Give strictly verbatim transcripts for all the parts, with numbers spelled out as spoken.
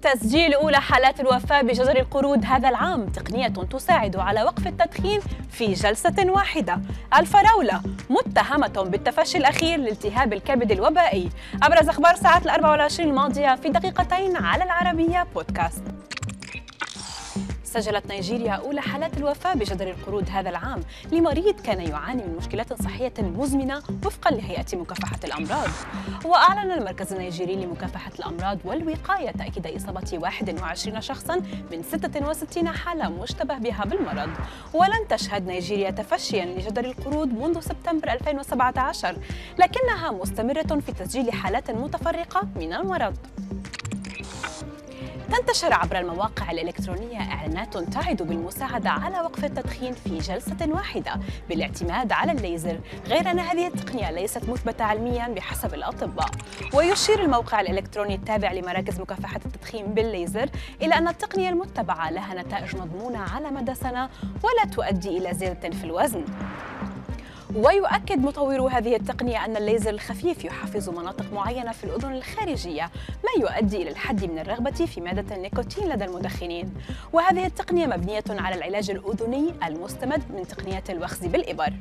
تسجيل أولى حالات الوفاة بشجر القرود هذا العام، تقنية تساعد على وقف التدخين في جلسة واحدة. الفراولة متهمة بالتفشي الأخير لالتهاب الكبد الوبائي. أبرز أخبار ساعات الأربع والعشرين الماضية في دقيقتين على العربية بودكاست. سجلت نيجيريا أولى حالات الوفاة بجدر القرود هذا العام لمريض كان يعاني من مشكلات صحية مزمنة وفقاً لهيئة مكافحة الأمراض. وأعلن المركز النيجيري لمكافحة الأمراض والوقاية تأكيد إصابة واحد وعشرين شخصاً من ستة وستين حالة مشتبه بها بالمرض. ولن تشهد نيجيريا تفشياً لجدر القرود منذ سبتمبر ألفين وسبعة عشر، لكنها مستمرة في تسجيل حالات متفرقة من المرض. تنتشر عبر المواقع الإلكترونية إعلانات تعد بالمساعدة على وقف التدخين في جلسة واحدة بالاعتماد على الليزر، غير أن هذه التقنية ليست مثبتة علمياً بحسب الأطباء. ويشير الموقع الإلكتروني التابع لمراكز مكافحة التدخين بالليزر إلى أن التقنية المتبعة لها نتائج مضمونة على مدى سنة ولا تؤدي إلى زيادة في الوزن. ويؤكد مطورو هذه التقنية أن الليزر الخفيف يحفز مناطق معينة في الأذن الخارجية، ما يؤدي إلى الحد من الرغبة في مادة النيكوتين لدى المدخنين. وهذه التقنية مبنية على العلاج الأذني المستمد من تقنية الوخز بالإبر.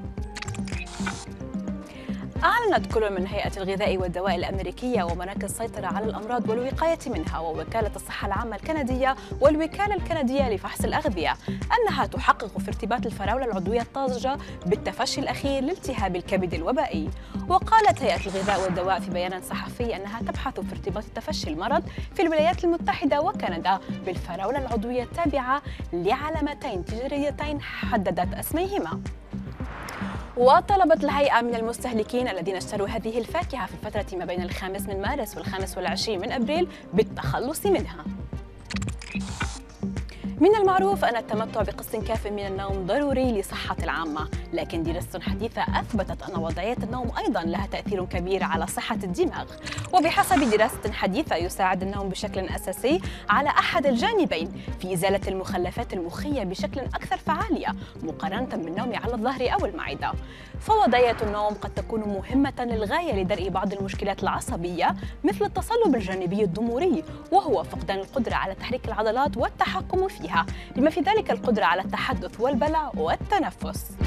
أعلنت كل من هيئة الغذاء والدواء الأمريكية ومراكز السيطرة على الأمراض والوقاية منها ووكالة الصحة العامة الكندية والوكالة الكندية لفحص الأغذية أنها تحقق في ارتباط الفراولة العضوية الطازجة بالتفشي الأخير لالتهاب الكبد الوبائي. وقالت هيئة الغذاء والدواء في بيان صحفي أنها تبحث في ارتباط تفشي المرض في الولايات المتحدة وكندا بالفراولة العضوية التابعة لعلامتين تجاريتين حددت اسميهما. وطلبت الهيئة من المستهلكين الذين اشتروا هذه الفاكهة في الفترة ما بين الخامس من مارس والخامس والعشرين من أبريل بالتخلص منها. من المعروف أن التمتع بقسط كاف من النوم ضروري لصحة العامة، لكن دراسة حديثة أثبتت أن وضعية النوم أيضاً لها تأثير كبير على صحة الدماغ. وبحسب دراسة حديثة يساعد النوم بشكل أساسي على أحد الجانبين في إزالة المخلفات المخية بشكل أكثر فعالية مقارنة بالنوم على الظهر أو المعدة. فوضعية النوم قد تكون مهمة للغاية لدرء بعض المشكلات العصبية مثل التصلب الجانبي الضموري، وهو فقدان القدرة على تحريك العضلات والتحكم فيها، بما في ذلك القدرة على التحدث والبلع والتنفس.